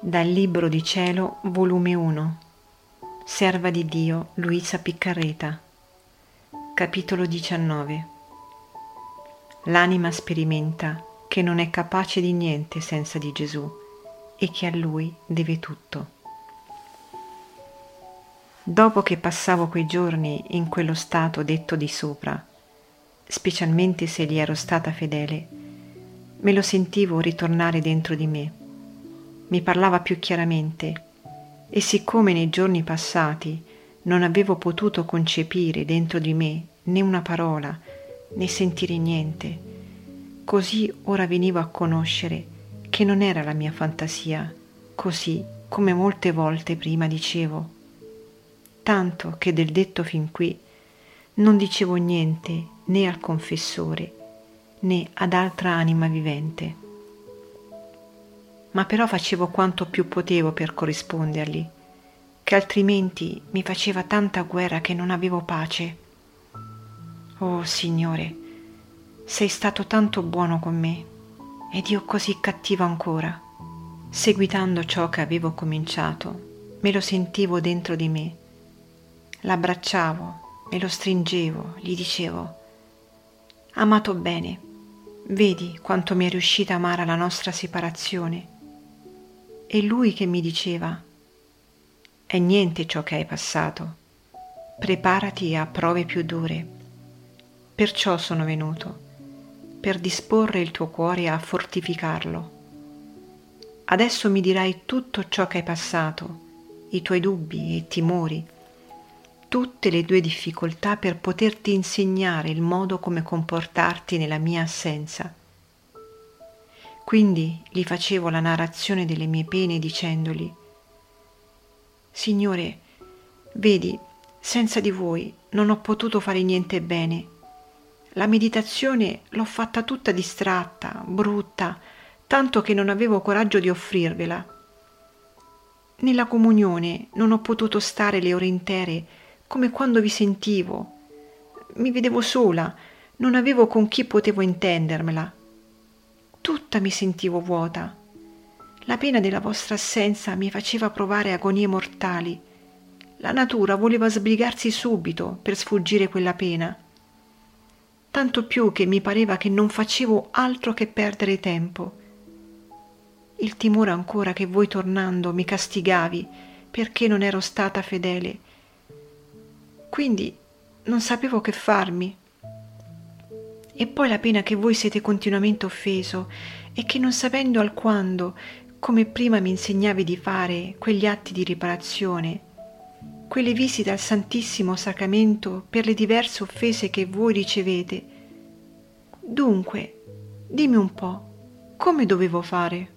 Dal Libro di Cielo, volume 1, Serva di Dio Luisa Piccarreta, capitolo 19. L'anima sperimenta che non è capace di niente senza di Gesù e che a Lui deve tutto. Dopo che passavo quei giorni in quello stato detto di sopra, specialmente se gli ero stata fedele, me lo sentivo ritornare dentro di me. Mi parlava più chiaramente e siccome nei giorni passati non avevo potuto concepire dentro di me né una parola né sentire niente, così ora venivo a conoscere che non era la mia fantasia, così come molte volte prima dicevo, tanto che del detto fin qui non dicevo niente né al confessore né ad altra anima vivente. Ma però facevo quanto più potevo per corrispondergli, che altrimenti mi faceva tanta guerra che non avevo pace. Oh Signore, sei stato tanto buono con me, ed io così cattiva ancora. Seguitando ciò che avevo cominciato, me lo sentivo dentro di me. L'abbracciavo, me lo stringevo, gli dicevo: amato bene, vedi quanto mi è riuscita amara la nostra separazione. E lui che mi diceva: è niente ciò che hai passato, preparati a prove più dure. Perciò sono venuto, per disporre il tuo cuore a fortificarlo. Adesso mi dirai tutto ciò che hai passato, i tuoi dubbi e timori, tutte le tue difficoltà per poterti insegnare il modo come comportarti nella mia assenza. Quindi gli facevo la narrazione delle mie pene dicendogli: Signore, vedi, senza di voi non ho potuto fare niente bene. La meditazione l'ho fatta tutta distratta, brutta, tanto che non avevo coraggio di offrirvela. Nella comunione non ho potuto stare le ore intere come quando vi sentivo. Mi vedevo sola, non avevo con chi potevo intendermela. Tutta mi sentivo vuota. La pena della vostra assenza mi faceva provare agonie mortali. La natura voleva sbrigarsi subito per sfuggire quella pena. Tanto più che mi pareva che non facevo altro che perdere tempo. Il timore ancora che voi tornando mi castigavi perché non ero stata fedele. Quindi non sapevo che farmi. E poi la pena che voi siete continuamente offeso e che non sapendo alquando, come prima mi insegnavi di fare quegli atti di riparazione, quelle visite al Santissimo Sacramento per le diverse offese che voi ricevete. Dunque, dimmi un po', come dovevo fare?